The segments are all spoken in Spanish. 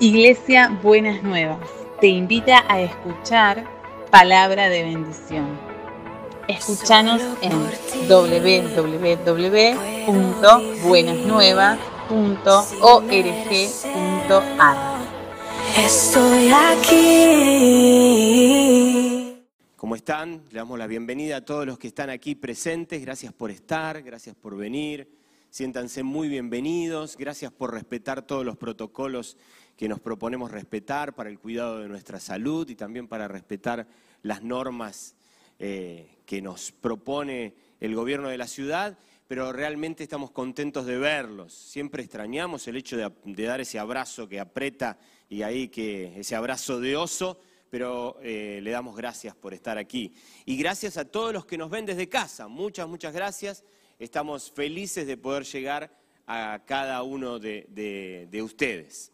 Iglesia Buenas Nuevas te invita a escuchar palabra de bendición. Escúchanos en www.buenasnuevas.org.ar. Estoy aquí. ¿Cómo están? Le damos la bienvenida a todos los que están aquí presentes. Gracias por estar, gracias por venir. Siéntanse muy bienvenidos. Gracias por respetar todos los protocolos que nos proponemos respetar para el cuidado de nuestra salud y también para respetar las normas que nos propone el gobierno de la ciudad, pero realmente estamos contentos de verlos. Siempre extrañamos el hecho de dar ese abrazo que aprieta y ahí ese abrazo de oso, pero le damos gracias por estar aquí. Y gracias a todos los que nos ven desde casa. Muchas gracias. Estamos felices de poder llegar a cada uno de ustedes.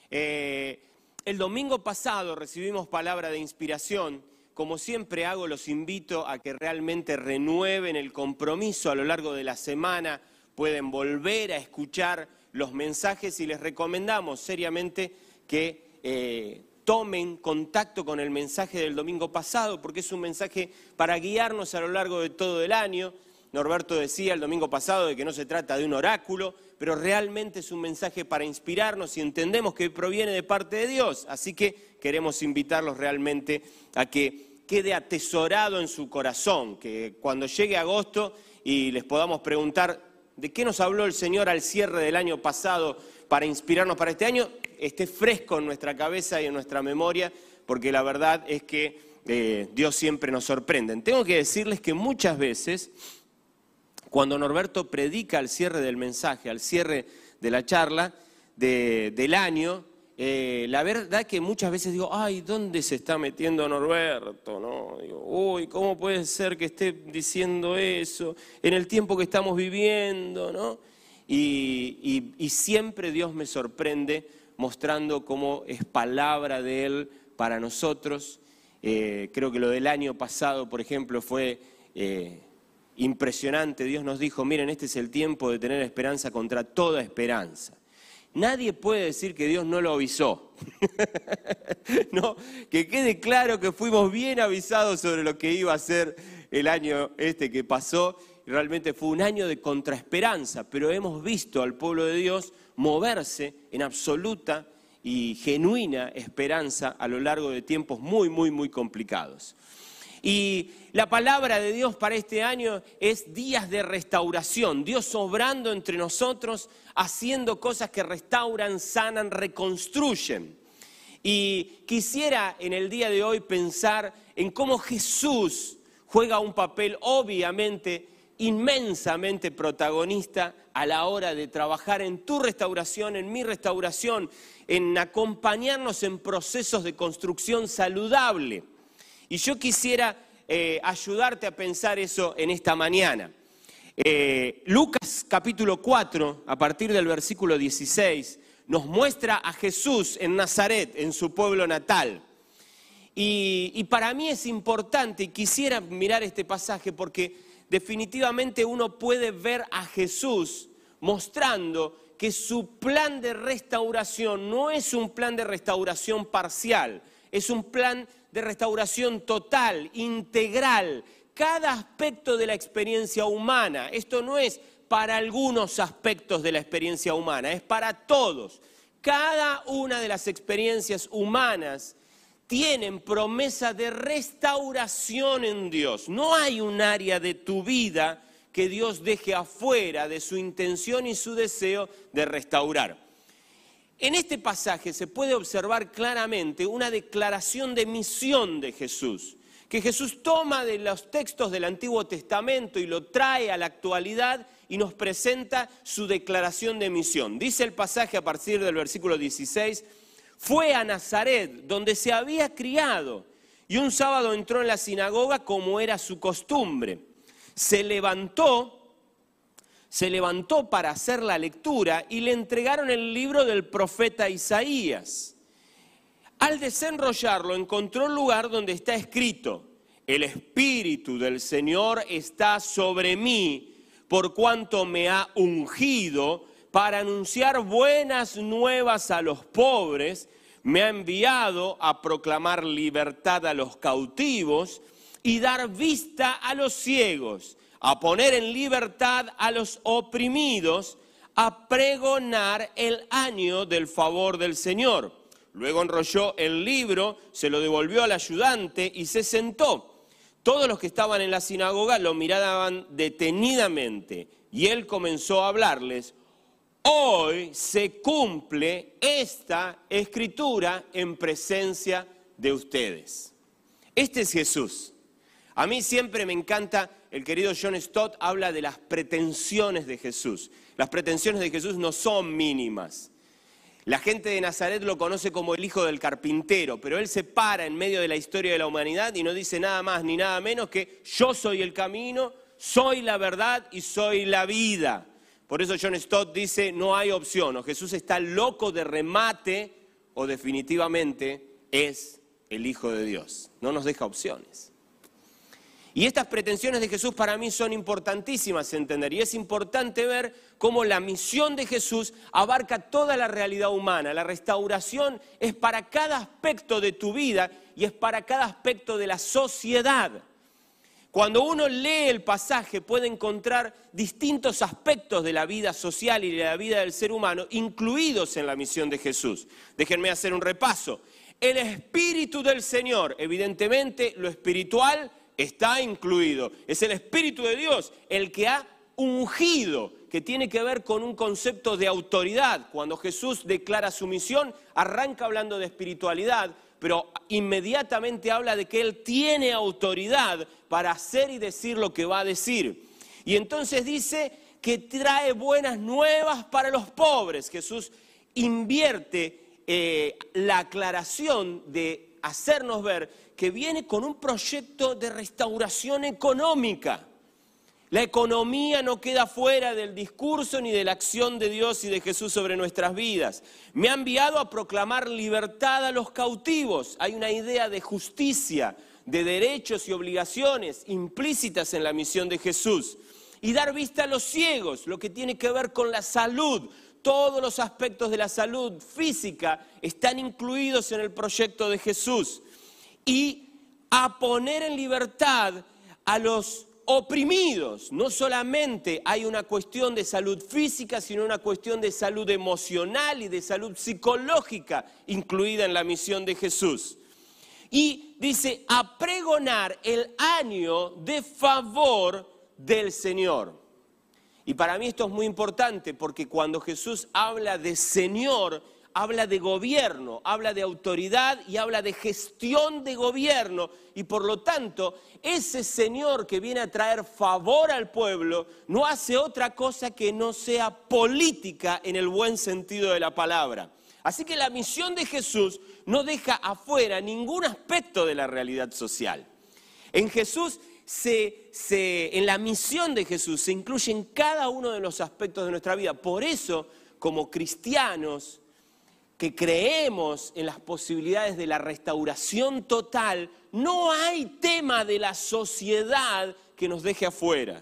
El domingo pasado recibimos palabra de inspiración. Como siempre hago, los invito a que realmente renueven el compromiso a lo largo de la semana. Pueden volver a escuchar los mensajes y les recomendamos seriamente que tomen contacto con el mensaje del domingo pasado, porque es un mensaje para guiarnos a lo largo de todo el año. Norberto decía el domingo pasado de que no se trata de un oráculo, pero realmente es un mensaje para inspirarnos y entendemos que proviene de parte de Dios. Así que queremos invitarlos realmente a que quede atesorado en su corazón, que cuando llegue agosto y les podamos preguntar de qué nos habló el Señor al cierre del año pasado para inspirarnos para este año, esté fresco en nuestra cabeza y en nuestra memoria, porque la verdad es que Dios siempre nos sorprende. Tengo que decirles que muchas veces, cuando Norberto predica al cierre del mensaje, al cierre de la charla del año, la verdad que muchas veces digo, ay, ¿dónde se está metiendo Norberto? ¿No? Digo, uy, ¿cómo puede ser que esté diciendo eso en el tiempo que estamos viviendo? ¿No? Y siempre Dios me sorprende mostrando cómo es palabra de Él para nosotros. Creo que lo del año pasado, por ejemplo, fue impresionante. Dios nos dijo, miren, este es el tiempo de tener esperanza contra toda esperanza. Nadie puede decir que Dios no lo avisó. ¿No? Que quede claro que fuimos bien avisados sobre lo que iba a ser el año que pasó. Realmente fue un año de contraesperanza, pero hemos visto al pueblo de Dios moverse en absoluta y genuina esperanza a lo largo de tiempos muy complicados. Y la palabra de Dios para este año es días de restauración. Dios obrando entre nosotros, haciendo cosas que restauran, sanan, reconstruyen. Y quisiera en el día de hoy pensar en cómo Jesús juega un papel obviamente inmensamente protagonista a la hora de trabajar en tu restauración, en mi restauración, en acompañarnos en procesos de construcción saludable. Y yo quisiera ayudarte a pensar eso en esta mañana. Lucas capítulo 4, a partir del versículo 16, nos muestra a Jesús en Nazaret, en su pueblo natal. Y para mí es importante, y quisiera mirar este pasaje porque definitivamente uno puede ver a Jesús mostrando que su plan de restauración no es un plan de restauración parcial, es un plan de restauración total, integral, cada aspecto de la experiencia humana. Esto no es para algunos aspectos de la experiencia humana, es para todos. Cada una de las experiencias humanas tienen promesa de restauración en Dios. No hay un área de tu vida que Dios deje afuera de su intención y su deseo de restaurar. En este pasaje se puede observar claramente una declaración de misión de Jesús, que Jesús toma de los textos del Antiguo Testamento y lo trae a la actualidad y nos presenta su declaración de misión. Dice el pasaje a partir del versículo 16, fue a Nazaret, donde se había criado, y un sábado entró en la sinagoga como era su costumbre. Se levantó para hacer la lectura y le entregaron el libro del profeta Isaías. Al desenrollarlo encontró un lugar donde está escrito, el Espíritu del Señor está sobre mí, por cuanto me ha ungido para anunciar buenas nuevas a los pobres, me ha enviado a proclamar libertad a los cautivos y dar vista a los ciegos, a poner en libertad a los oprimidos, a pregonar el año del favor del Señor. Luego enrolló el libro, se lo devolvió al ayudante y se sentó. Todos los que estaban en la sinagoga lo miraban detenidamente y él comenzó a hablarles. Hoy se cumple esta escritura en presencia de ustedes. Este es Jesús. A mí siempre me encanta, el querido John Stott habla de las pretensiones de Jesús. Las pretensiones de Jesús no son mínimas. La gente de Nazaret lo conoce como el hijo del carpintero, pero él se para en medio de la historia de la humanidad y no dice nada más ni nada menos que yo soy el camino, soy la verdad y soy la vida. Por eso John Stott dice no hay opción, o Jesús está loco de remate o definitivamente es el Hijo de Dios. No nos deja opciones. Y estas pretensiones de Jesús para mí son importantísimas entender. Y es importante ver cómo la misión de Jesús abarca toda la realidad humana. La restauración es para cada aspecto de tu vida y es para cada aspecto de la sociedad. Cuando uno lee el pasaje puede encontrar distintos aspectos de la vida social y de la vida del ser humano incluidos en la misión de Jesús. Déjenme hacer un repaso. El Espíritu del Señor, evidentemente lo espiritual está incluido. Es el Espíritu de Dios el que ha ungido, que tiene que ver con un concepto de autoridad. Cuando Jesús declara su misión, arranca hablando de espiritualidad, pero inmediatamente habla de que Él tiene autoridad para hacer y decir lo que va a decir. Y entonces dice que trae buenas nuevas para los pobres. Jesús invierte la aclaración de hacernos ver que viene con un proyecto de restauración económica. La economía no queda fuera del discurso ni de la acción de Dios y de Jesús sobre nuestras vidas. Me ha enviado a proclamar libertad a los cautivos. Hay una idea de justicia, de derechos y obligaciones implícitas en la misión de Jesús. Y dar vista a los ciegos, lo que tiene que ver con la salud. Todos los aspectos de la salud física están incluidos en el proyecto de Jesús. Y a poner en libertad a los oprimidos. No solamente hay una cuestión de salud física, sino una cuestión de salud emocional y de salud psicológica incluida en la misión de Jesús. Y dice, a pregonar el año de favor del Señor. Y para mí esto es muy importante porque cuando Jesús habla de Señor, habla de gobierno, habla de autoridad y habla de gestión de gobierno. Y por lo tanto, ese Señor que viene a traer favor al pueblo no hace otra cosa que no sea política en el buen sentido de la palabra. Así que la misión de Jesús no deja afuera ningún aspecto de la realidad social. En Jesús, en la misión de Jesús se incluyen cada uno de los aspectos de nuestra vida. Por eso, como cristianos que creemos en las posibilidades de la restauración total, no hay tema de la sociedad que nos deje afuera.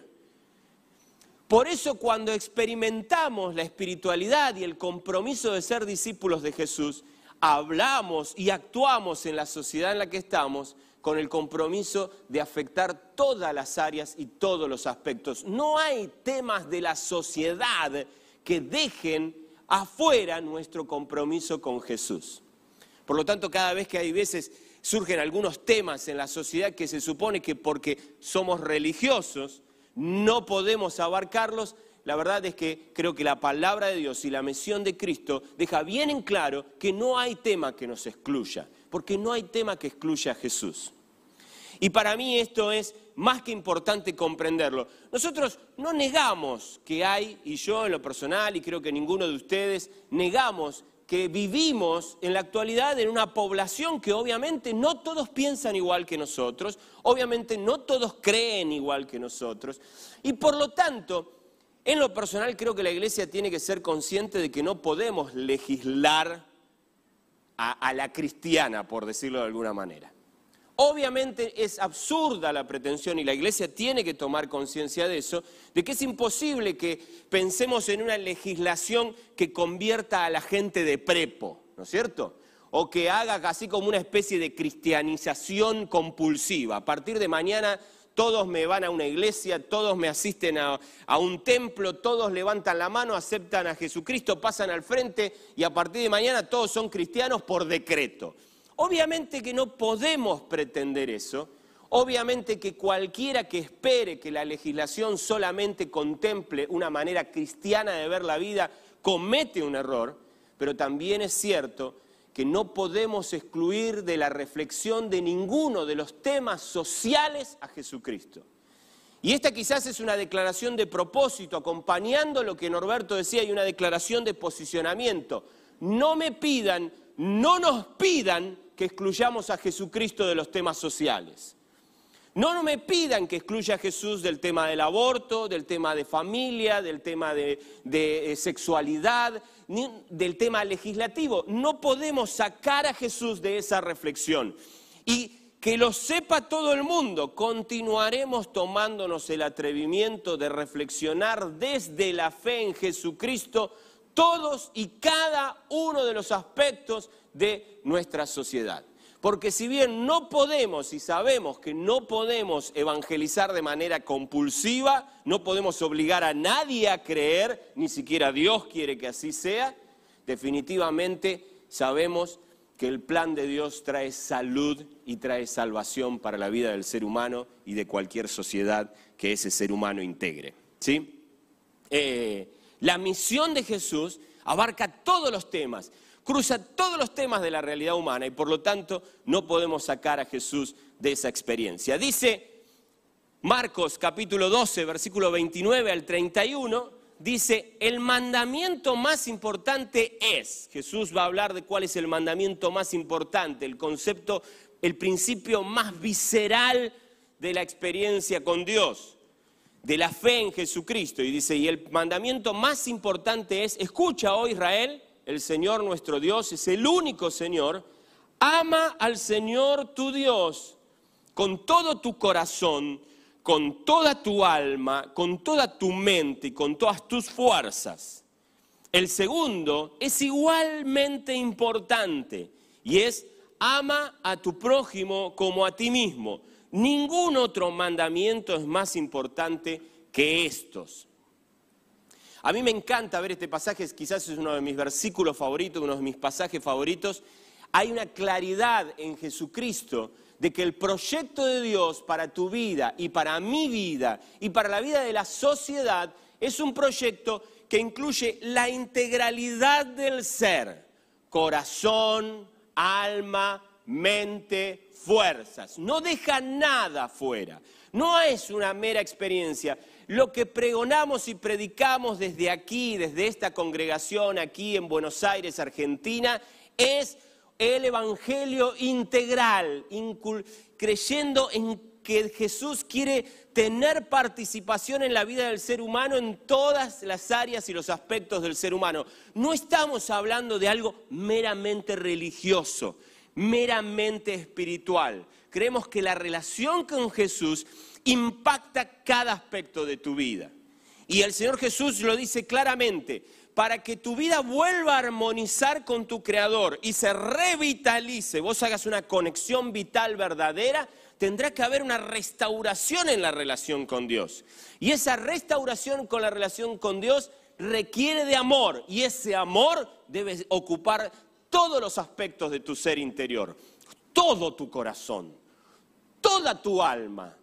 Por eso cuando experimentamos la espiritualidad y el compromiso de ser discípulos de Jesús, hablamos y actuamos en la sociedad en la que estamos con el compromiso de afectar todas las áreas y todos los aspectos. No hay temas de la sociedad que dejen afuera nuestro compromiso con Jesús. Por lo tanto, cada vez que hay veces surgen algunos temas en la sociedad que se supone que porque somos religiosos no podemos abarcarlos, la verdad es que creo que la palabra de Dios y la misión de Cristo deja bien en claro que no hay tema que nos excluya, porque no hay tema que excluya a Jesús. Y para mí esto es más que importante comprenderlo. Nosotros no negamos que hay, y yo en lo personal, y creo que ninguno de ustedes, negamos que vivimos en la actualidad en una población que obviamente no todos piensan igual que nosotros, obviamente no todos creen igual que nosotros, y por lo tanto, en lo personal creo que la iglesia tiene que ser consciente de que no podemos legislar a la cristiana, por decirlo de alguna manera. Obviamente es absurda la pretensión, y la iglesia tiene que tomar conciencia de eso, de que es imposible que pensemos en una legislación que convierta a la gente de prepo, ¿no es cierto? o que haga casi como una especie de cristianización compulsiva. A partir de mañana todos me van a una iglesia, todos me asisten a un templo, todos levantan la mano, aceptan a Jesucristo, pasan al frente y a partir de mañana todos son cristianos por decreto. Obviamente que no podemos pretender eso. Obviamente que cualquiera que espere que la legislación solamente contemple una manera cristiana de ver la vida comete un error, pero también es cierto que no podemos excluir de la reflexión de ninguno de los temas sociales a Jesucristo. Y esta quizás es una declaración de propósito, acompañando lo que Norberto decía, y una declaración de posicionamiento. No me pidan, no nos pidan que excluyamos a Jesucristo de los temas sociales. No me pidan que excluya a Jesús del tema del aborto, del tema de familia, del tema de sexualidad, ni del tema legislativo. No podemos sacar a Jesús de esa reflexión. Y que lo sepa todo el mundo, continuaremos tomándonos el atrevimiento de reflexionar desde la fe en Jesucristo todos y cada uno de los aspectos de nuestra sociedad. Porque si bien no podemos y sabemos que no podemos evangelizar de manera compulsiva, no podemos obligar a nadie a creer, ni siquiera Dios quiere que así sea, definitivamente sabemos que el plan de Dios trae salud y trae salvación para la vida del ser humano y de cualquier sociedad que ese ser humano integre, ¿sí? La misión de Jesús abarca todos los temas, cruza todos los temas de la realidad humana y por lo tanto no podemos sacar a Jesús de esa experiencia. Dice Marcos capítulo 12, versículo 29 al 31, dice, el mandamiento más importante es, Jesús va a hablar de cuál es el mandamiento más importante, el concepto, el principio más visceral de la experiencia con Dios, de la fe en Jesucristo. Y dice, y el mandamiento más importante es, escucha, oh Israel, el Señor nuestro Dios es el único Señor. Ama al Señor tu Dios con todo tu corazón, con toda tu alma, con toda tu mente y con todas tus fuerzas. El segundo es igualmente importante y es ama a tu prójimo como a ti mismo. Ningún otro mandamiento es más importante que estos. A mí me encanta ver este pasaje, quizás es uno de mis versículos favoritos, uno de mis pasajes favoritos. Hay una claridad en Jesucristo de que el proyecto de Dios para tu vida y para mi vida y para la vida de la sociedad es un proyecto que incluye la integralidad del ser, corazón, alma, mente, fuerzas. No deja nada fuera, no es una mera experiencia. Lo que pregonamos y predicamos desde aquí, desde esta congregación aquí en Buenos Aires, Argentina, es el evangelio integral, creyendo en que Jesús quiere tener participación en la vida del ser humano en todas las áreas y los aspectos del ser humano. No estamos hablando de algo meramente religioso, meramente espiritual. Creemos que la relación con Jesús impacta cada aspecto de tu vida. Y el Señor Jesús lo dice claramente, para que tu vida vuelva a armonizar con tu Creador y se revitalice, vos hagas una conexión vital verdadera, tendrá que haber una restauración en la relación con Dios. Y esa restauración con la relación con Dios requiere de amor, y ese amor debe ocupar todos los aspectos de tu ser interior, todo tu corazón, toda tu alma,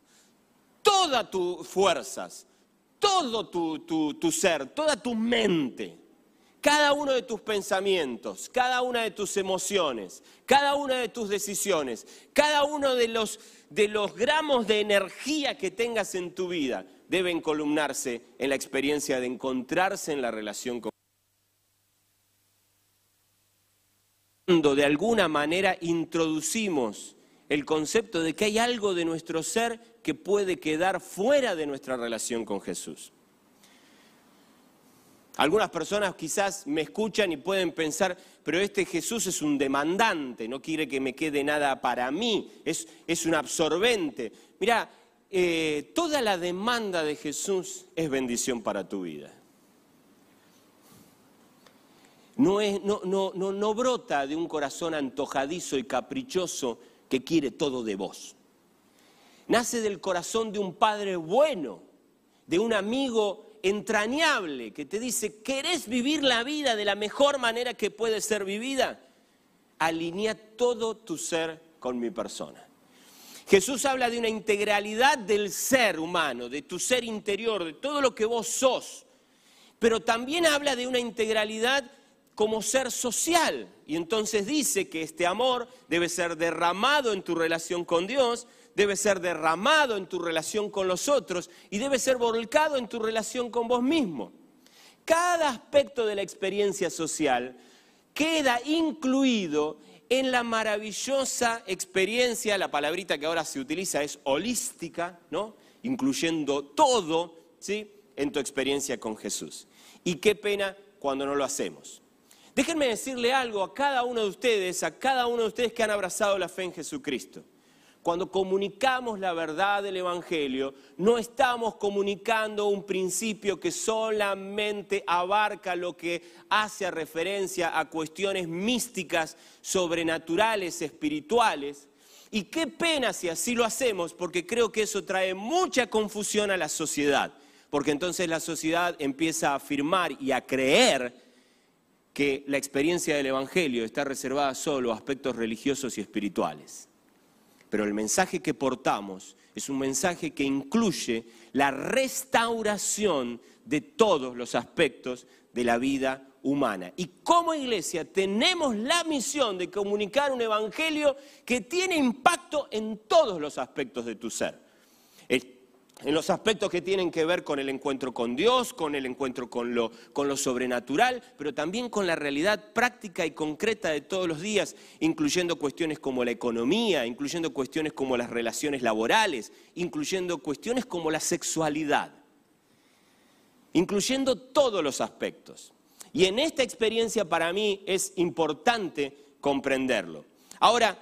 todas tus fuerzas, todo tu ser, toda tu mente, cada uno de tus pensamientos, cada una de tus emociones, cada una de tus decisiones, cada uno de los gramos de energía que tengas en tu vida deben columnarse en la experiencia de encontrarse en la relación con Dios. Cuando de alguna manera introducimos el concepto de que hay algo de nuestro ser que puede quedar fuera de nuestra relación con Jesús. Algunas personas quizás me escuchan y pueden pensar, pero este Jesús es un demandante, no quiere que me quede nada para mí, es un absorbente. Mirá, toda la demanda de Jesús es bendición para tu vida. no brota de un corazón antojadizo y caprichoso que quiere todo de vos. Nace del corazón de un padre bueno, de un amigo entrañable que te dice, ¿querés vivir la vida de la mejor manera que puede ser vivida? Alinea todo tu ser con mi persona. Jesús habla de una integralidad del ser humano, de tu ser interior, de todo lo que vos sos, pero también habla de una integralidad como ser social. Y entonces dice que este amor debe ser derramado en tu relación con Dios, debe ser derramado en tu relación con los otros y debe ser volcado en tu relación con vos mismo. Cada aspecto de la experiencia social queda incluido en la maravillosa experiencia, la palabrita que ahora se utiliza es holística, ¿no? Incluyendo todo, ¿sí?, en tu experiencia con Jesús. Y qué pena cuando no lo hacemos. Déjenme decirle algo a cada uno de ustedes que han abrazado la fe en Jesucristo. Cuando comunicamos la verdad del Evangelio, no estamos comunicando un principio que solamente abarca lo que hace referencia a cuestiones místicas, sobrenaturales, espirituales. Y qué pena si así lo hacemos, porque creo que eso trae mucha confusión a la sociedad. Porque entonces la sociedad empieza a afirmar y a creer que la experiencia del Evangelio está reservada solo a aspectos religiosos y espirituales. Pero el mensaje que portamos es un mensaje que incluye la restauración de todos los aspectos de la vida humana. Y como iglesia tenemos la misión de comunicar un evangelio que tiene impacto en todos los aspectos de tu ser. En los aspectos que tienen que ver con el encuentro con Dios, con el encuentro con lo sobrenatural, pero también con la realidad práctica y concreta de todos los días, incluyendo cuestiones como la economía, incluyendo cuestiones como las relaciones laborales, incluyendo cuestiones como la sexualidad, incluyendo todos los aspectos. Y en esta experiencia para mí es importante comprenderlo. Ahora,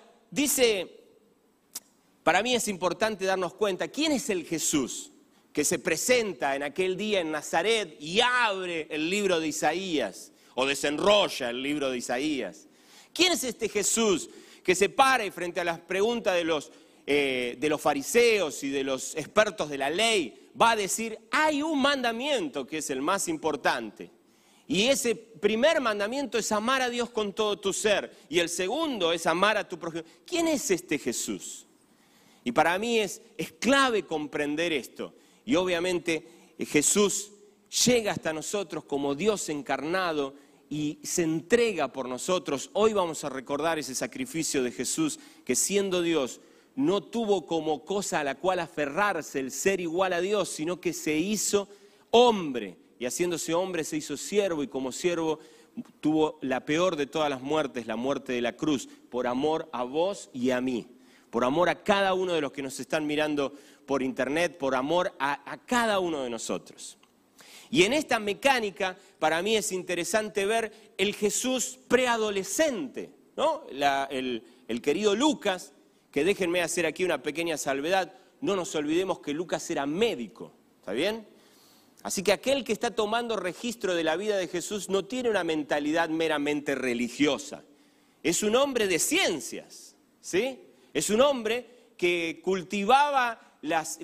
para mí es importante darnos cuenta, ¿quién es el Jesús que se presenta en aquel día en Nazaret y abre el libro de Isaías o desenrolla el libro de Isaías? ¿Quién es este Jesús que se para y frente a las preguntas de los fariseos y de los expertos de la ley va a decir, hay un mandamiento que es el más importante? Y ese primer mandamiento es amar a Dios con todo tu ser y el segundo es amar a tu prójimo. ¿Quién es este Jesús? Y para mí es clave comprender esto. Y obviamente Jesús llega hasta nosotros como Dios encarnado y se entrega por nosotros. Hoy vamos a recordar ese sacrificio de Jesús que siendo Dios no tuvo como cosa a la cual aferrarse el ser igual a Dios, sino que se hizo hombre. Y haciéndose hombre se hizo siervo y como siervo tuvo la peor de todas las muertes, la muerte de la cruz, por amor a vos y a mí. Por amor a cada uno de los que nos están mirando por internet, por amor a cada uno de nosotros. Y en esta mecánica, para mí es interesante ver el Jesús preadolescente, ¿no? El querido Lucas, que déjenme hacer aquí una pequeña salvedad, no nos olvidemos que Lucas era médico, ¿está bien? Así que aquel que está tomando registro de la vida de Jesús no tiene una mentalidad meramente religiosa, es un hombre de ciencias, ¿sí? Es un hombre que cultivaba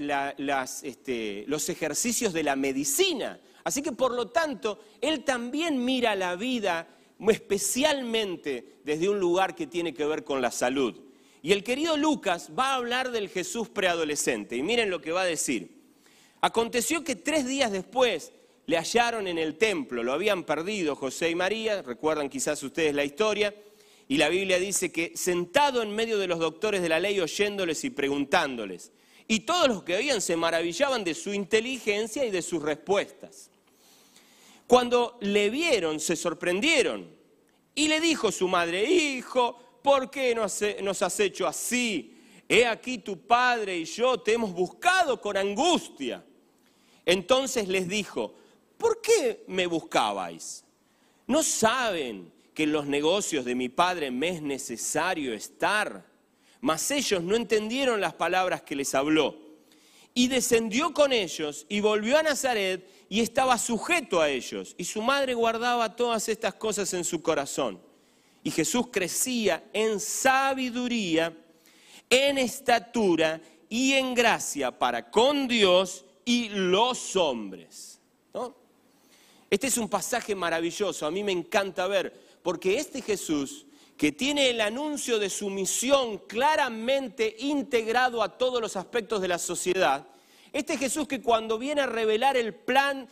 los ejercicios de la medicina. Así que por lo tanto, él también mira la vida especialmente desde un lugar que tiene que ver con la salud. Y el querido Lucas va a hablar del Jesús preadolescente. Y miren lo que va a decir. Aconteció que 3 días después le hallaron en el templo. Lo habían perdido José y María, recuerdan quizás ustedes la historia. Y la Biblia dice que sentado en medio de los doctores de la ley oyéndoles y preguntándoles. Y todos los que oían se maravillaban de su inteligencia y de sus respuestas. Cuando le vieron se sorprendieron. Y le dijo su madre, hijo, ¿por qué nos has hecho así? He aquí tu padre y yo te hemos buscado con angustia. Entonces les dijo, ¿por qué me buscabais? ¿No saben que en los negocios de mi padre me es necesario estar? Mas ellos no entendieron las palabras que les habló. y descendió con ellos y volvió a Nazaret y estaba sujeto a ellos. Y su madre guardaba todas estas cosas en su corazón. Y Jesús crecía en sabiduría, en estatura y en gracia para con Dios y los hombres, ¿no? Este es un pasaje maravilloso, a mí me encanta ver, porque este Jesús, que tiene el anuncio de su misión claramente integrado a todos los aspectos de la sociedad, este Jesús que cuando viene a revelar el plan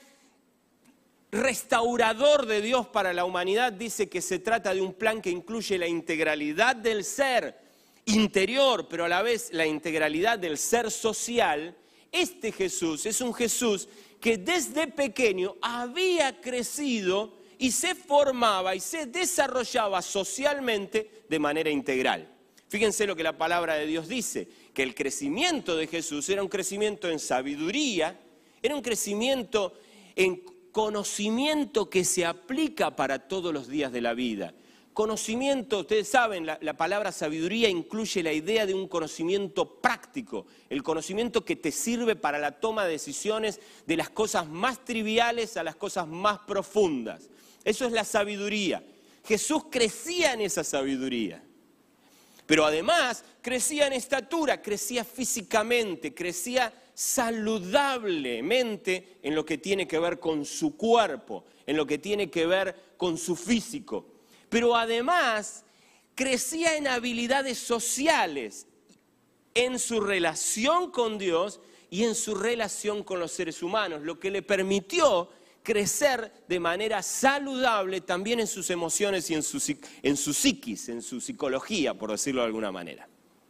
restaurador de Dios para la humanidad, dice que se trata de un plan que incluye la integralidad del ser interior, pero a la vez la integralidad del ser social. Este Jesús es un Jesús que desde pequeño había crecido y se formaba y se desarrollaba socialmente de manera integral. Fíjense lo que la palabra de Dios dice, que el crecimiento de Jesús era un crecimiento en sabiduría, era un crecimiento en conocimiento que se aplica para todos los días de la vida. Conocimiento, ustedes saben, la palabra sabiduría incluye la idea de un conocimiento práctico, el conocimiento que te sirve para la toma de decisiones de las cosas más triviales a las cosas más profundas. Eso es la sabiduría. Jesús crecía en esa sabiduría, pero además crecía en estatura, crecía físicamente, crecía saludablemente en lo que tiene que ver con su cuerpo, en lo que tiene que ver con su físico. Pero además crecía en habilidades sociales, en su relación con Dios y en su relación con los seres humanos, lo que le permitió crecer de manera saludable también en sus emociones y en su psiquis, en su psicología, por decirlo de alguna manera.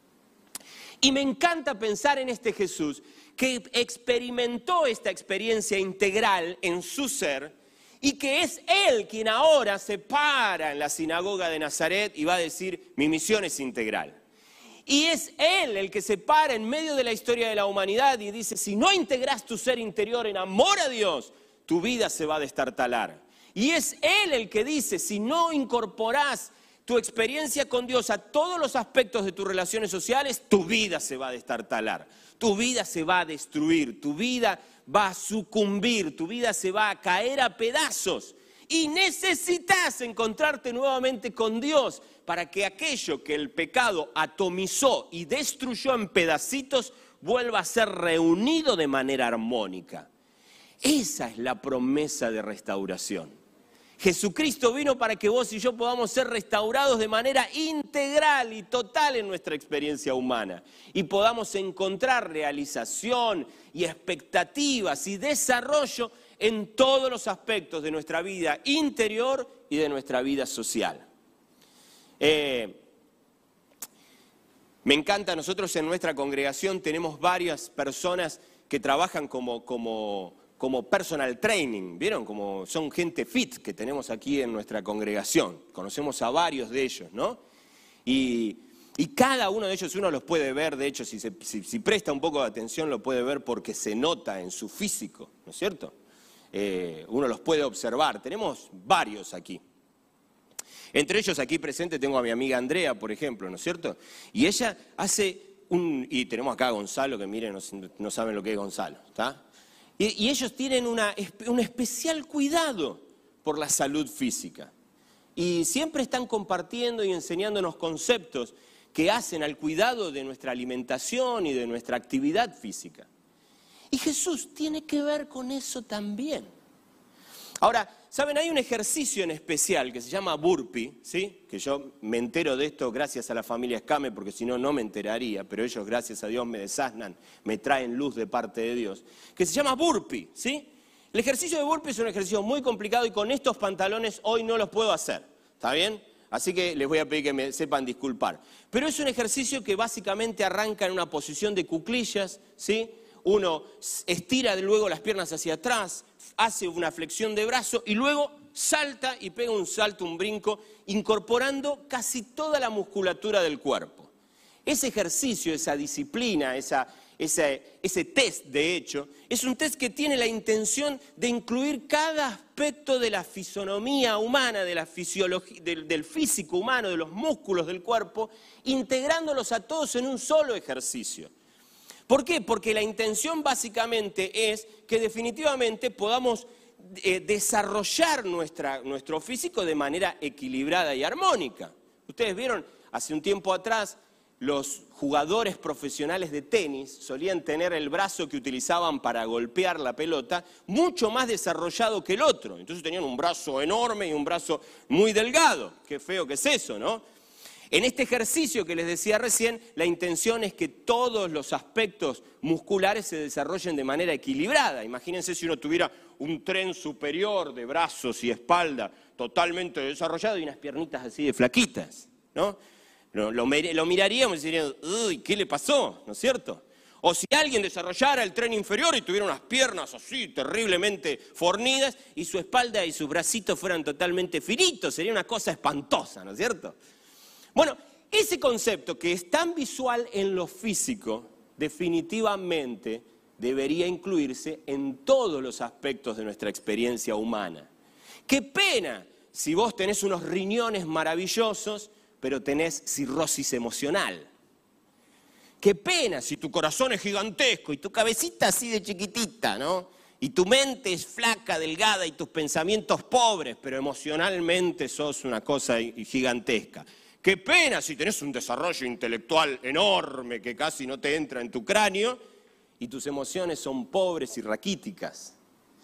Y me encanta pensar en este Jesús que experimentó esta experiencia integral en su ser, y que es Él quien ahora se para en la sinagoga de Nazaret y va a decir, mi misión es integral. Y es Él el que se para en medio de la historia de la humanidad y dice, si no integras tu ser interior en amor a Dios, tu vida se va a destartalar. Y es Él el que dice, si no incorporás tu experiencia con Dios a todos los aspectos de tus relaciones sociales, tu vida se va a destartalar, tu vida se va a destruir, tu vida va a sucumbir, tu vida se va a caer a pedazos y necesitas encontrarte nuevamente con Dios para que aquello que el pecado atomizó y destruyó en pedacitos vuelva a ser reunido de manera armónica. Esa es la promesa de restauración. Jesucristo vino para que vos y yo podamos ser restaurados de manera integral y total en nuestra experiencia humana y podamos encontrar realización y expectativas y desarrollo en todos los aspectos de nuestra vida interior y de nuestra vida social. Me encanta, nosotros en nuestra congregación tenemos varias personas que trabajan como personal training, ¿vieron? Como son gente fit que tenemos aquí en nuestra congregación. Conocemos a varios de ellos, ¿no? Y cada uno de ellos uno los puede ver, de hecho, si presta un poco de atención lo puede ver porque se nota en su físico, ¿no es cierto? Uno los puede observar. Tenemos varios aquí. Entre ellos aquí presente tengo a mi amiga Andrea, por ejemplo, ¿no es cierto? Y ella hace y tenemos acá a Gonzalo, que miren, no saben lo que es Gonzalo, ¿está? Y ellos tienen un especial cuidado por la salud física. Y siempre están compartiendo y enseñándonos conceptos que hacen al cuidado de nuestra alimentación y de nuestra actividad física. Y Jesús tiene que ver con eso también. Ahora, ¿saben? Hay un ejercicio en especial que se llama burpee, ¿sí? Que yo me entero de esto gracias a la familia Escame, porque si no, no me enteraría, pero ellos, gracias a Dios, me desasnan, me traen luz de parte de Dios, que se llama burpee, ¿sí? El ejercicio de burpee es un ejercicio muy complicado y con estos pantalones hoy no los puedo hacer, ¿está bien? Así que les voy a pedir que me sepan disculpar. Pero es un ejercicio que básicamente arranca en una posición de cuclillas, ¿sí? Uno estira luego las piernas hacia atrás, hace una flexión de brazo y luego salta y pega un salto, un brinco, incorporando casi toda la musculatura del cuerpo. Ese ejercicio, esa disciplina, ese test, de hecho, es un test que tiene la intención de incluir cada aspecto de la fisonomía humana, de la fisiología, del físico humano, de los músculos del cuerpo, integrándolos a todos en un solo ejercicio. ¿Por qué? Porque la intención básicamente es que definitivamente podamos desarrollar nuestro físico de manera equilibrada y armónica. Ustedes vieron, hace un tiempo atrás, los jugadores profesionales de tenis solían tener el brazo que utilizaban para golpear la pelota mucho más desarrollado que el otro. Entonces tenían un brazo enorme y un brazo muy delgado. Qué feo que es eso, ¿no? En este ejercicio que les decía recién, la intención es que todos los aspectos musculares se desarrollen de manera equilibrada. Imagínense si uno tuviera un tren superior de brazos y espalda totalmente desarrollado y unas piernitas así de flaquitas, ¿no? Lo miraríamos y diríamos, uy, ¿qué le pasó? ¿No es cierto? O si alguien desarrollara el tren inferior y tuviera unas piernas así terriblemente fornidas y su espalda y sus bracitos fueran totalmente finitos, sería una cosa espantosa, ¿no es cierto? Bueno, ese concepto que es tan visual en lo físico, definitivamente debería incluirse en todos los aspectos de nuestra experiencia humana. ¡Qué pena si vos tenés unos riñones maravillosos, pero tenés cirrosis emocional! ¡Qué pena si tu corazón es gigantesco y tu cabecita así de chiquitita, ¿no? Y tu mente es flaca, delgada y tus pensamientos pobres, pero emocionalmente sos una cosa gigantesca! ¡Qué pena si tenés un desarrollo intelectual enorme que casi no te entra en tu cráneo y tus emociones son pobres y raquíticas!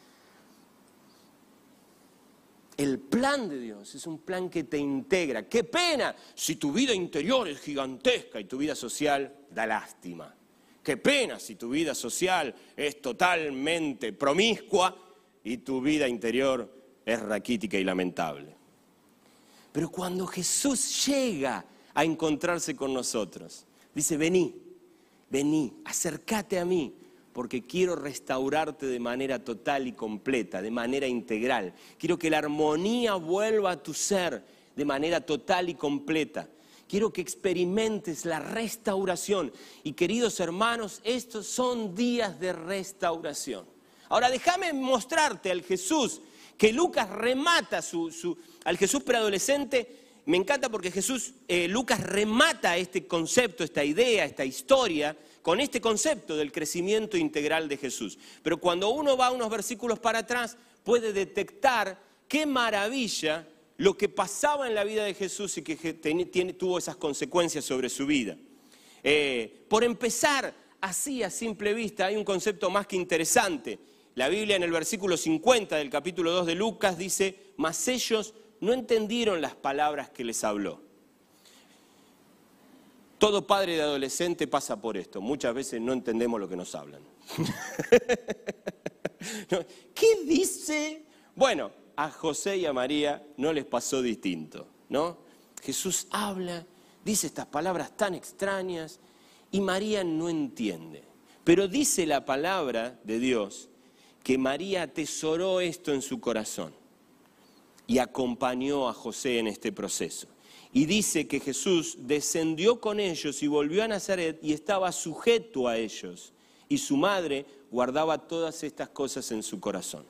El plan de Dios es un plan que te integra. ¡Qué pena si tu vida interior es gigantesca y tu vida social da lástima! ¡Qué pena si tu vida social es totalmente promiscua y tu vida interior es raquítica y lamentable! Pero cuando Jesús llega a encontrarse con nosotros, dice, vení, acércate a mí, porque quiero restaurarte de manera total y completa, de manera integral. Quiero que la armonía vuelva a tu ser de manera total y completa. Quiero que experimentes la restauración. Y queridos hermanos, estos son días de restauración. Ahora déjame mostrarte al Jesús que Lucas remata al Jesús preadolescente. Me encanta porque Lucas remata este concepto, esta idea, esta historia, con este concepto del crecimiento integral de Jesús. Pero cuando uno va unos versículos para atrás, puede detectar qué maravilla lo que pasaba en la vida de Jesús y que tuvo esas consecuencias sobre su vida. Por empezar, así a simple vista, hay un concepto más que interesante. La Biblia en el versículo 50 del capítulo 2 de Lucas dice, mas ellos no entendieron las palabras que les habló. Todo padre de adolescente pasa por esto. Muchas veces no entendemos lo que nos hablan. ¿Qué dice? Bueno, a José y a María no les pasó distinto, ¿no? Jesús habla, dice estas palabras tan extrañas y María no entiende. Pero dice la palabra de Dios que María atesoró esto en su corazón y acompañó a José en este proceso. Y dice que Jesús descendió con ellos y volvió a Nazaret y estaba sujeto a ellos. Y su madre guardaba todas estas cosas en su corazón.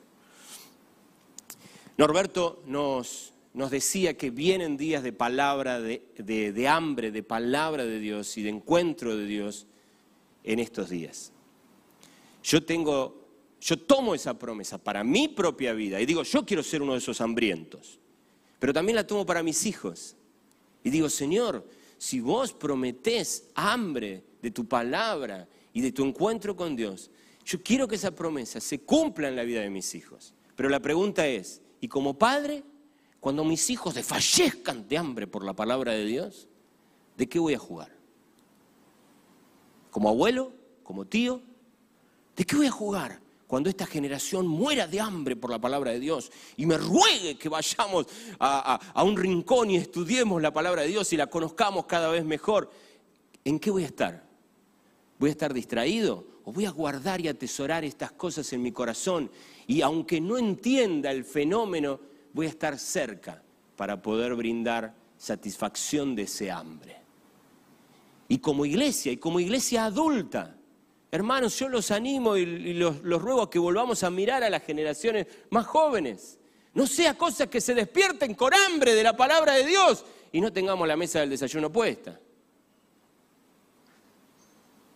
Norberto nos decía que vienen días de palabra, de hambre, de palabra de Dios y de encuentro de Dios en estos días. Yo tomo esa promesa para mi propia vida y digo, yo quiero ser uno de esos hambrientos, pero también la tomo para mis hijos. Y digo, Señor, si vos prometés hambre de tu palabra y de tu encuentro con Dios, yo quiero que esa promesa se cumpla en la vida de mis hijos. Pero la pregunta es, ¿y como padre, cuando mis hijos desfallezcan de hambre por la palabra de Dios, de qué voy a jugar? ¿Como abuelo? ¿Como tío? ¿De qué voy a jugar cuando esta generación muera de hambre por la palabra de Dios y me ruegue que vayamos a un rincón y estudiemos la palabra de Dios y la conozcamos cada vez mejor? ¿En qué voy a estar? ¿Voy a estar distraído o voy a guardar y atesorar estas cosas en mi corazón? Y aunque no entienda el fenómeno, voy a estar cerca para poder brindar satisfacción de ese hambre. Y como iglesia adulta, hermanos, yo los animo y los ruego a que volvamos a mirar a las generaciones más jóvenes. No sea cosa que se despierten con hambre de la palabra de Dios y no tengamos la mesa del desayuno puesta.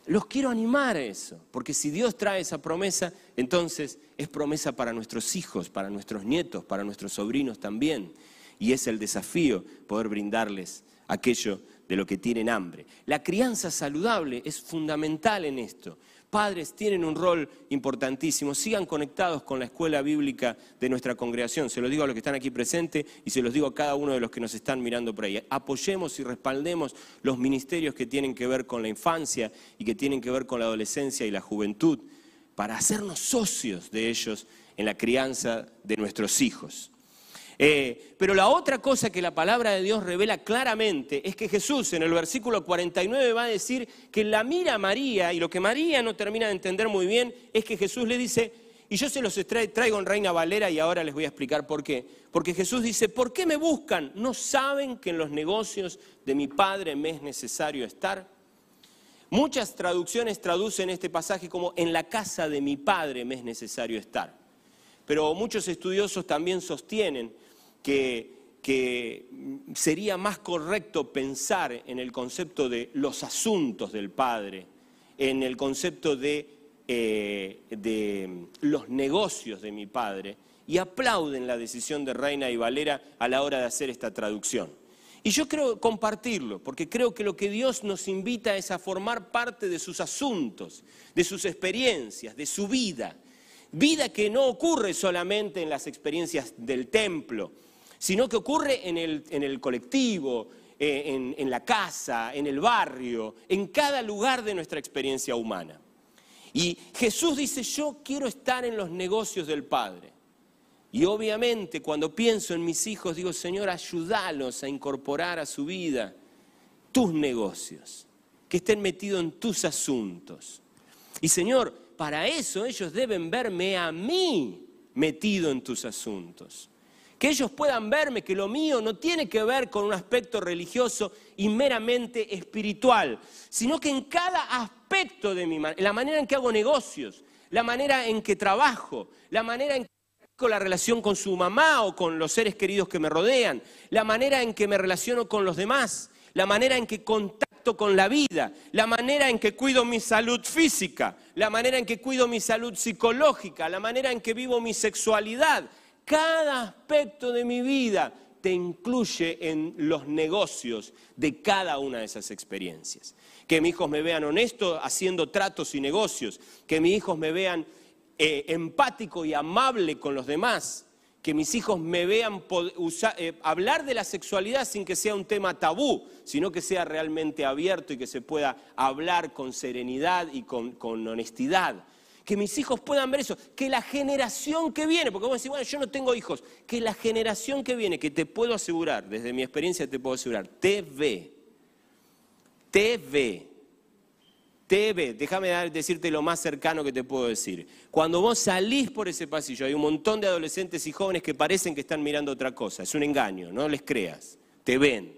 Los quiero animar a eso, porque si Dios trae esa promesa, entonces es promesa para nuestros hijos, para nuestros nietos, para nuestros sobrinos también. Y es el desafío poder brindarles aquello de lo que tienen hambre. La crianza saludable es fundamental en esto. Padres tienen un rol importantísimo. Sigan conectados con la escuela bíblica de nuestra congregación. Se los digo a los que están aquí presentes y se los digo a cada uno de los que nos están mirando por ahí. Apoyemos y respaldemos los ministerios que tienen que ver con la infancia y que tienen que ver con la adolescencia y la juventud para hacernos socios de ellos en la crianza de nuestros hijos. Pero la otra cosa que la palabra de Dios revela claramente es que Jesús en el versículo 49 va a decir que la mira a María, y lo que María no termina de entender muy bien es que Jesús le dice, y yo se los traigo en Reina Valera y ahora les voy a explicar por qué. Porque Jesús dice, ¿por qué me buscan? ¿No saben que en los negocios de mi Padre me es necesario estar? Muchas traducciones traducen este pasaje como en la casa de mi Padre me es necesario estar. Pero muchos estudiosos también sostienen que sería más correcto pensar en el concepto de los asuntos del Padre, en el concepto de los negocios de mi Padre, y aplauden la decisión de Reina y Valera a la hora de hacer esta traducción. Y yo creo compartirlo, porque creo que lo que Dios nos invita es a formar parte de sus asuntos, de sus experiencias, de su vida. Vida que no ocurre solamente en las experiencias del templo, sino que ocurre en el colectivo, en la casa, en el barrio, en cada lugar de nuestra experiencia humana. Y Jesús dice, yo quiero estar en los negocios del Padre. Y obviamente cuando pienso en mis hijos, digo, Señor, ayúdalos a incorporar a su vida tus negocios, que estén metidos en tus asuntos. Y Señor, para eso ellos deben verme a mí metido en tus asuntos. Que ellos puedan verme que lo mío no tiene que ver con un aspecto religioso y meramente espiritual, sino que en cada aspecto de la manera en que hago negocios, la manera en que trabajo, la manera en que con la relación con su mamá o con los seres queridos que me rodean, la manera en que me relaciono con los demás, la manera en que contacto con la vida, la manera en que cuido mi salud física, la manera en que cuido mi salud psicológica, la manera en que vivo mi sexualidad. Cada aspecto de mi vida te incluye en los negocios de cada una de esas experiencias. Que mis hijos me vean honesto haciendo tratos y negocios, que mis hijos me vean empático y amable con los demás, que mis hijos me vean hablar de la sexualidad sin que sea un tema tabú, sino que sea realmente abierto y que se pueda hablar con serenidad y con honestidad. Que mis hijos puedan ver eso, que la generación que viene, porque vos decís, bueno, yo no tengo hijos, que la generación que viene, que te puedo asegurar, desde mi experiencia te puedo asegurar, te ve, déjame decirte lo más cercano que te puedo decir. Cuando vos salís por ese pasillo, hay un montón de adolescentes y jóvenes que parecen que están mirando otra cosa, es un engaño, no les creas, te ven,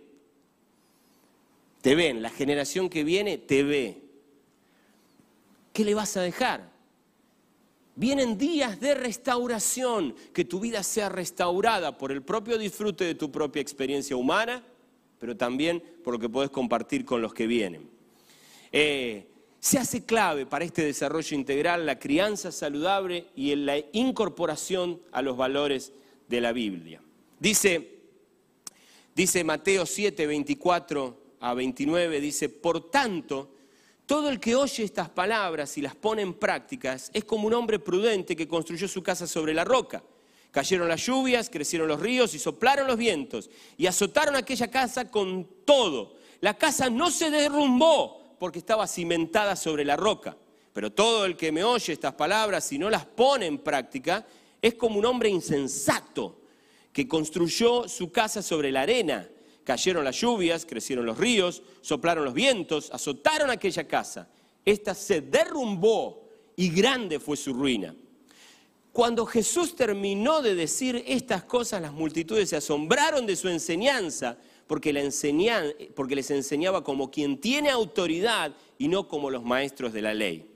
la generación que viene te ve. ¿Qué le vas a dejar? Vienen días de restauración, que tu vida sea restaurada por el propio disfrute de tu propia experiencia humana, pero también por lo que podés compartir con los que vienen. Se hace clave para este desarrollo integral la crianza saludable y la incorporación a los valores de la Biblia. Dice Mateo 7, 24 a 29, dice, por tanto, todo el que oye estas palabras y las pone en prácticas es como un hombre prudente que construyó su casa sobre la roca. Cayeron las lluvias, crecieron los ríos y soplaron los vientos y azotaron aquella casa con todo. La casa no se derrumbó porque estaba cimentada sobre la roca. Pero todo el que me oye estas palabras y no las pone en práctica es como un hombre insensato que construyó su casa sobre la arena. Cayeron las lluvias, crecieron los ríos, soplaron los vientos, azotaron aquella casa. Esta se derrumbó y grande fue su ruina. Cuando Jesús terminó de decir estas cosas, las multitudes se asombraron de su enseñanza, porque les enseñaba como quien tiene autoridad y no como los maestros de la ley.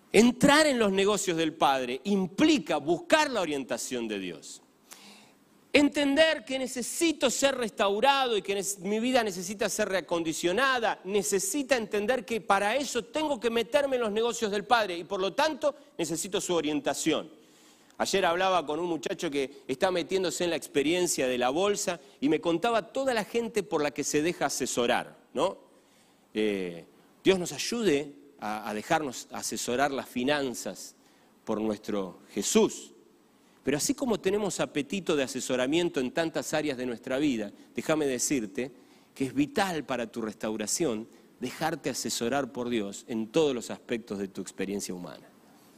Entrar en los negocios del Padre implica buscar la orientación de Dios. Entender que necesito ser restaurado y que mi vida necesita ser reacondicionada, necesita entender que para eso tengo que meterme en los negocios del Padre y por lo tanto necesito su orientación. Ayer hablaba con un muchacho que está metiéndose en la experiencia de la bolsa y me contaba toda la gente por la que se deja asesorar, ¿no? Dios nos ayude a dejarnos asesorar las finanzas por nuestro Jesús. Pero así como tenemos apetito de asesoramiento en tantas áreas de nuestra vida, déjame decirte que es vital para tu restauración dejarte asesorar por Dios en todos los aspectos de tu experiencia humana.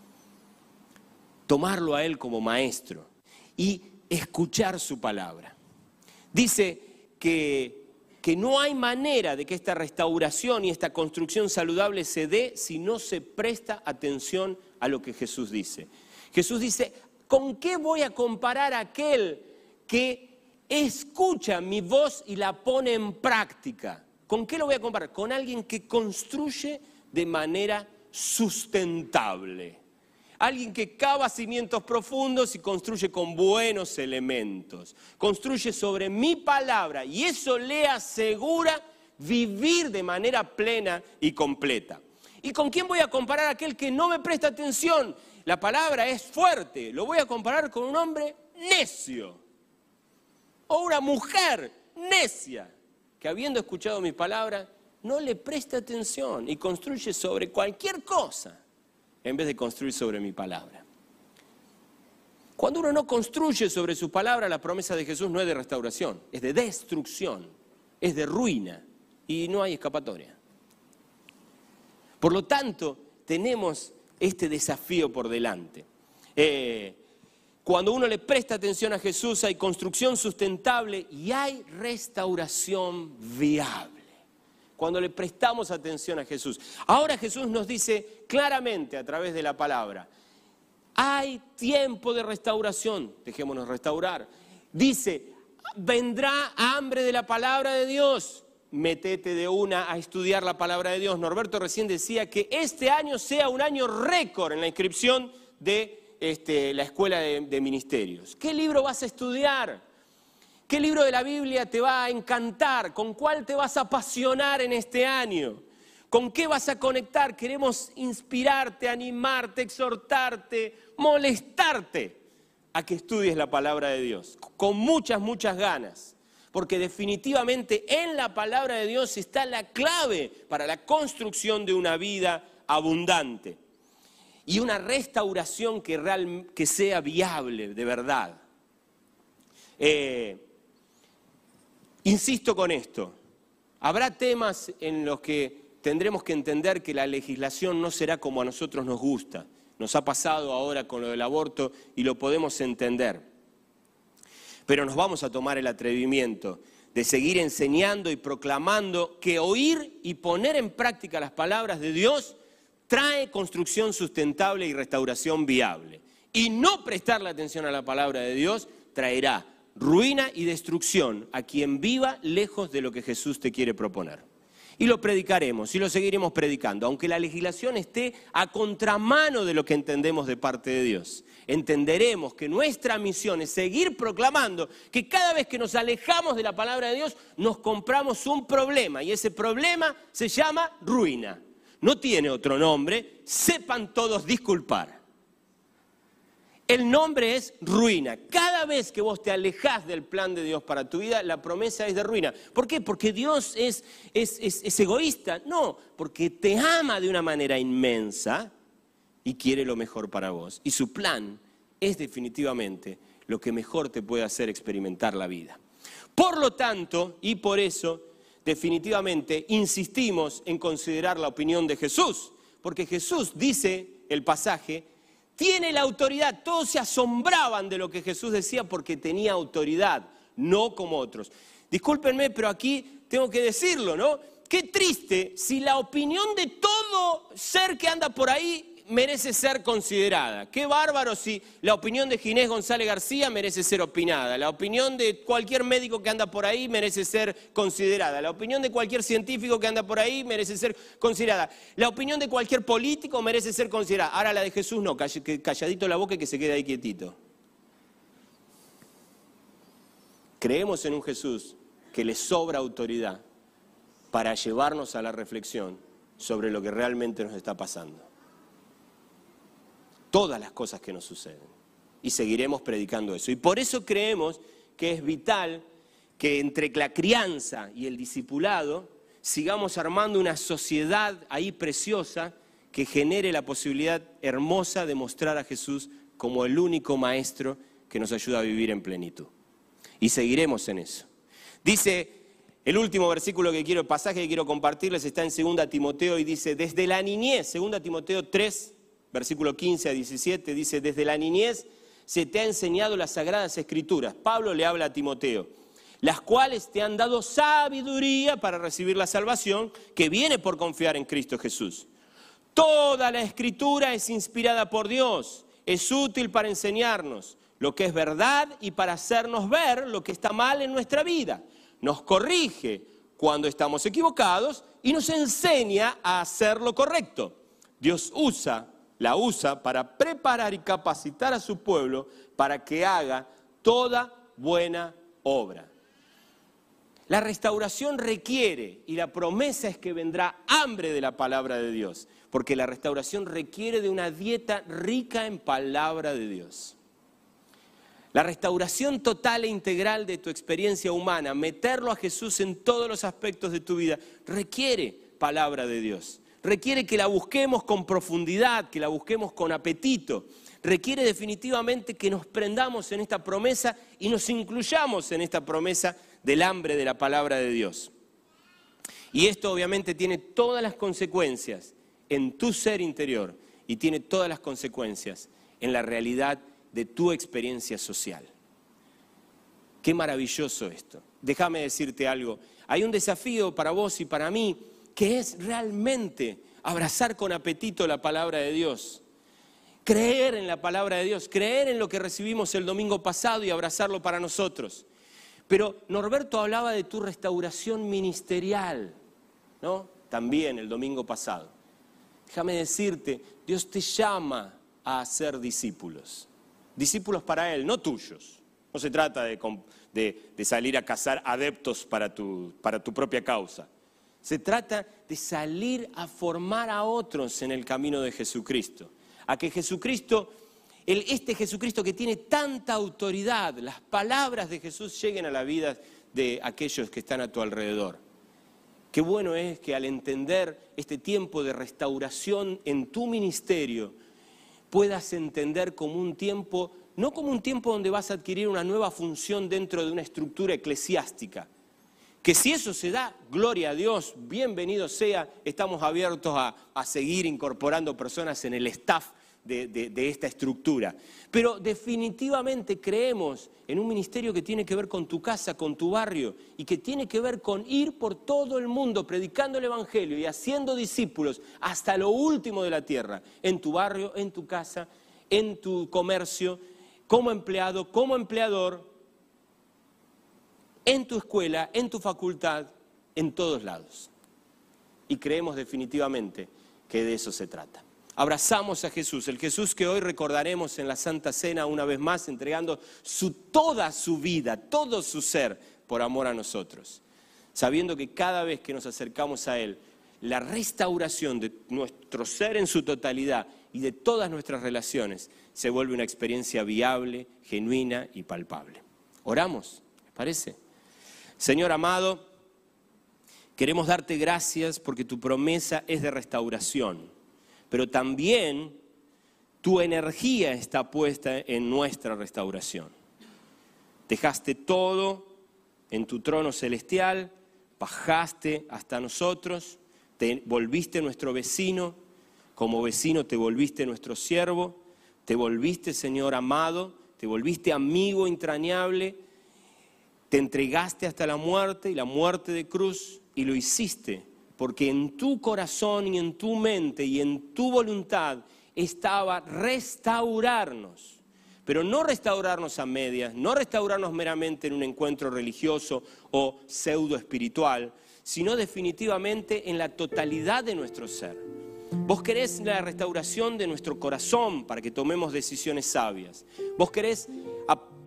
Tomarlo a Él como maestro y escuchar su palabra. Dice que no hay manera de que esta restauración y esta construcción saludable se dé si no se presta atención a lo que Jesús dice. Jesús dice, ¿con qué voy a comparar a aquel que escucha mi voz y la pone en práctica? ¿Con qué lo voy a comparar? Con alguien que construye de manera sustentable. Alguien que cava cimientos profundos y construye con buenos elementos. Construye sobre mi palabra y eso le asegura vivir de manera plena y completa. ¿Y con quién voy a comparar a aquel que no me presta atención? La palabra es fuerte. Lo voy a comparar con un hombre necio. O una mujer necia que habiendo escuchado mi palabra no le presta atención y construye sobre cualquier cosa en vez de construir sobre mi palabra. Cuando uno no construye sobre su palabra, la promesa de Jesús no es de restauración, es de destrucción, es de ruina y no hay escapatoria. Por lo tanto, tenemos este desafío por delante. Cuando uno le presta atención a Jesús, hay construcción sustentable y hay restauración viable. Cuando le prestamos atención a Jesús. Ahora Jesús nos dice claramente a través de la palabra, hay tiempo de restauración, dejémonos restaurar. Dice, vendrá hambre de la palabra de Dios. Métete de una a estudiar la palabra de Dios. Norberto recién decía que este año sea un año récord en la inscripción de la escuela de ministerios. ¿Qué libro vas a estudiar? ¿Qué libro de la Biblia te va a encantar? ¿Con cuál te vas a apasionar en este año? ¿Con qué vas a conectar? Queremos inspirarte, animarte, exhortarte, molestarte a que estudies la palabra de Dios. Con muchas, muchas ganas. Porque definitivamente en la palabra de Dios está la clave para la construcción de una vida abundante. Y una restauración que sea viable, de verdad. Insisto con esto, habrá temas en los que tendremos que entender que la legislación no será como a nosotros nos gusta. Nos ha pasado ahora con lo del aborto y lo podemos entender. Pero nos vamos a tomar el atrevimiento de seguir enseñando y proclamando que oír y poner en práctica las palabras de Dios trae construcción sustentable y restauración viable. Y no prestarle atención a la palabra de Dios traerá ruina y destrucción a quien viva lejos de lo que Jesús te quiere proponer. Y lo predicaremos y lo seguiremos predicando, aunque la legislación esté a contramano de lo que entendemos de parte de Dios. Entenderemos que nuestra misión es seguir proclamando que cada vez que nos alejamos de la palabra de Dios, nos compramos un problema y ese problema se llama ruina. No tiene otro nombre, sepan todos disculpar. El nombre es ruina. Cada vez que vos te alejás del plan de Dios para tu vida, la promesa es de ruina. ¿Por qué? ¿Porque Dios es egoísta? No, porque te ama de una manera inmensa y quiere lo mejor para vos. Y su plan es definitivamente lo que mejor te puede hacer experimentar la vida. Por lo tanto, y por eso, definitivamente insistimos en considerar la opinión de Jesús. Porque Jesús, dice el pasaje, tiene la autoridad. Todos se asombraban de lo que Jesús decía porque tenía autoridad, no como otros. Discúlpenme, pero aquí tengo que decirlo, ¿no? Qué triste si la opinión de todo ser que anda por ahí merece ser considerada. Qué bárbaro si la opinión de Ginés González García merece ser opinada. La opinión de cualquier médico que anda por ahí merece ser considerada. La opinión de cualquier científico que anda por ahí merece ser considerada. La opinión de cualquier político merece ser considerada. Ahora la de Jesús no, calladito la boca y que se quede ahí quietito. Creemos en un Jesús que le sobra autoridad para llevarnos a la reflexión sobre lo que realmente nos está pasando. Todas las cosas que nos suceden. Y seguiremos predicando eso. Y por eso creemos que es vital que entre la crianza y el discipulado sigamos armando una sociedad ahí preciosa que genere la posibilidad hermosa de mostrar a Jesús como el único maestro que nos ayuda a vivir en plenitud. Y seguiremos en eso. Dice, el último versículo pasaje que quiero compartirles está en 2 Timoteo y dice, desde la niñez, 2 Timoteo 3, versículo 15 a 17, dice, desde la niñez se te ha enseñado las Sagradas Escrituras. Pablo le habla a Timoteo, las cuales te han dado sabiduría para recibir la salvación que viene por confiar en Cristo Jesús. Toda la Escritura es inspirada por Dios, es útil para enseñarnos lo que es verdad y para hacernos ver lo que está mal en nuestra vida. Nos corrige cuando estamos equivocados y nos enseña a hacer lo correcto. Dios la usa para preparar y capacitar a su pueblo para que haga toda buena obra. La restauración requiere, y la promesa es que vendrá hambre de la palabra de Dios, porque la restauración requiere de una dieta rica en palabra de Dios. La restauración total e integral de tu experiencia humana, meterlo a Jesús en todos los aspectos de tu vida, requiere palabra de Dios. Requiere que la busquemos con profundidad, que la busquemos con apetito. Requiere definitivamente que nos prendamos en esta promesa y nos incluyamos en esta promesa del hambre de la palabra de Dios. Y esto obviamente tiene todas las consecuencias en tu ser interior y tiene todas las consecuencias en la realidad de tu experiencia social. Qué maravilloso esto. Déjame decirte algo. Hay un desafío para vos y para mí que es realmente abrazar con apetito la palabra de Dios. Creer en la palabra de Dios, creer en lo que recibimos el domingo pasado y abrazarlo para nosotros. Pero Norberto hablaba de tu restauración ministerial, ¿no? También el domingo pasado. Déjame decirte, Dios te llama a ser discípulos. Discípulos para Él, no tuyos. No se trata de salir a cazar adeptos para tu propia causa. Se trata de salir a formar a otros en el camino de Jesucristo. A que Jesucristo, este Jesucristo que tiene tanta autoridad, las palabras de Jesús lleguen a la vida de aquellos que están a tu alrededor. Qué bueno es que al entender este tiempo de restauración en tu ministerio, puedas entender como un tiempo, no como un tiempo donde vas a adquirir una nueva función dentro de una estructura eclesiástica. Que si eso se da, gloria a Dios, bienvenido sea, estamos abiertos a seguir incorporando personas en el staff de esta estructura. Pero definitivamente creemos en un ministerio que tiene que ver con tu casa, con tu barrio, y que tiene que ver con ir por todo el mundo predicando el Evangelio y haciendo discípulos hasta lo último de la tierra, en tu barrio, en tu casa, en tu comercio, como empleado, como empleador, en tu escuela, en tu facultad, en todos lados. Y creemos definitivamente que de eso se trata. Abrazamos a Jesús, el Jesús que hoy recordaremos en la Santa Cena una vez más, entregando toda su vida, todo su ser por amor a nosotros. Sabiendo que cada vez que nos acercamos a Él, la restauración de nuestro ser en su totalidad y de todas nuestras relaciones se vuelve una experiencia viable, genuina y palpable. Oramos, ¿les parece? Señor amado, queremos darte gracias porque tu promesa es de restauración, pero también tu energía está puesta en nuestra restauración. Dejaste todo en tu trono celestial, bajaste hasta nosotros, te volviste nuestro vecino, como vecino te volviste nuestro siervo, te volviste, Señor amado, te volviste amigo entrañable, te entregaste hasta la muerte y la muerte de cruz, y lo hiciste porque en tu corazón y en tu mente y en tu voluntad estaba restaurarnos. Pero no restaurarnos a medias, no restaurarnos meramente en un encuentro religioso o pseudo espiritual, sino definitivamente en la totalidad de nuestro ser. Vos querés la restauración de nuestro corazón para que tomemos decisiones sabias. Vos querés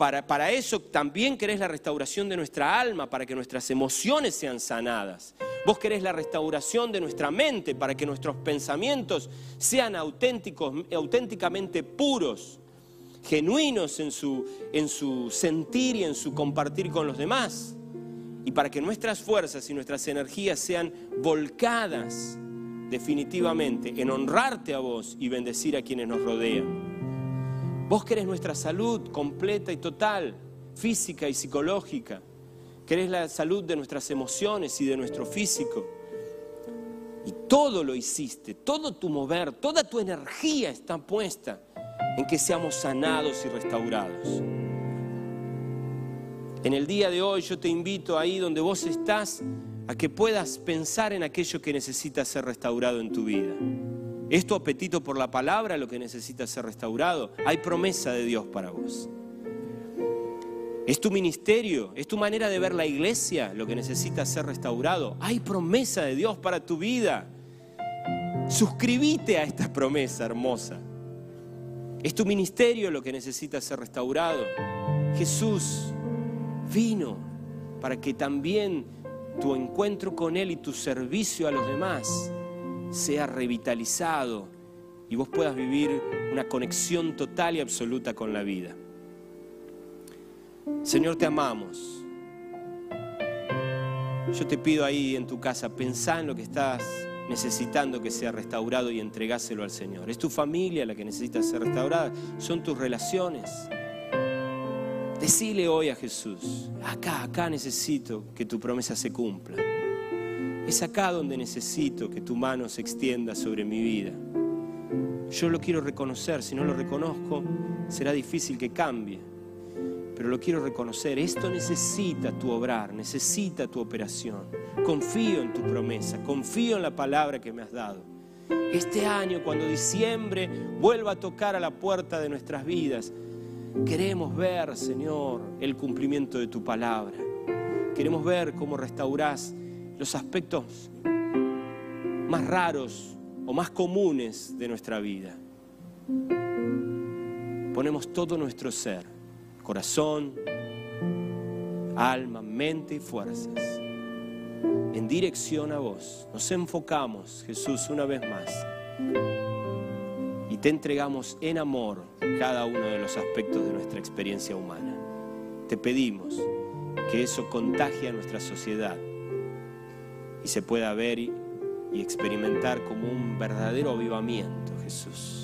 para eso también querés la restauración de nuestra alma, para que nuestras emociones sean sanadas. Vos querés la restauración de nuestra mente, para que nuestros pensamientos sean auténticamente puros, genuinos en su sentir y en su compartir con los demás. Y para que nuestras fuerzas y nuestras energías sean volcadas definitivamente en honrarte a vos y bendecir a quienes nos rodean. Vos querés nuestra salud completa y total, física y psicológica. Querés la salud de nuestras emociones y de nuestro físico. Y todo lo hiciste, todo tu mover, toda tu energía está puesta en que seamos sanados y restaurados. En el día de hoy yo te invito ahí donde vos estás a que puedas pensar en aquello que necesita ser restaurado en tu vida. ¿Es tu apetito por la palabra lo que necesita ser restaurado? Hay promesa de Dios para vos. ¿Es tu ministerio? ¿Es tu manera de ver la iglesia lo que necesita ser restaurado? Hay promesa de Dios para tu vida. Suscríbete a esta promesa hermosa. ¿Es tu ministerio lo que necesita ser restaurado? Jesús vino para que también tu encuentro con Él y tu servicio a los demás sea revitalizado y vos puedas vivir una conexión total y absoluta con la vida. Señor, te amamos. Yo te pido ahí en tu casa, pensá en lo que estás necesitando que sea restaurado y entregáselo al Señor. Es tu familia la que necesita ser restaurada, son tus relaciones. Decile hoy a Jesús, acá necesito que tu promesa se cumpla. Es acá donde necesito que tu mano se extienda sobre mi vida. Yo lo quiero reconocer, si no lo reconozco, será difícil que cambie. Pero lo quiero reconocer, esto necesita tu obrar, necesita tu operación. Confío en tu promesa, confío en la palabra que me has dado. Este año, cuando diciembre vuelva a tocar a la puerta de nuestras vidas, queremos ver, Señor, el cumplimiento de tu palabra. Queremos ver cómo restaurás los aspectos más raros o más comunes de nuestra vida. Ponemos todo nuestro ser, corazón, alma, mente y fuerzas en dirección a vos. Nos enfocamos, Jesús, una vez más y te entregamos en amor cada uno de los aspectos de nuestra experiencia humana. Te pedimos que eso contagie a nuestra sociedad y se pueda ver y experimentar como un verdadero avivamiento, Jesús.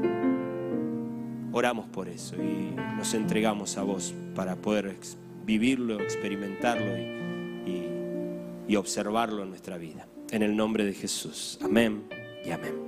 Oramos por eso y nos entregamos a vos para poder vivirlo, experimentarlo y observarlo en nuestra vida. En el nombre de Jesús. Amén y amén.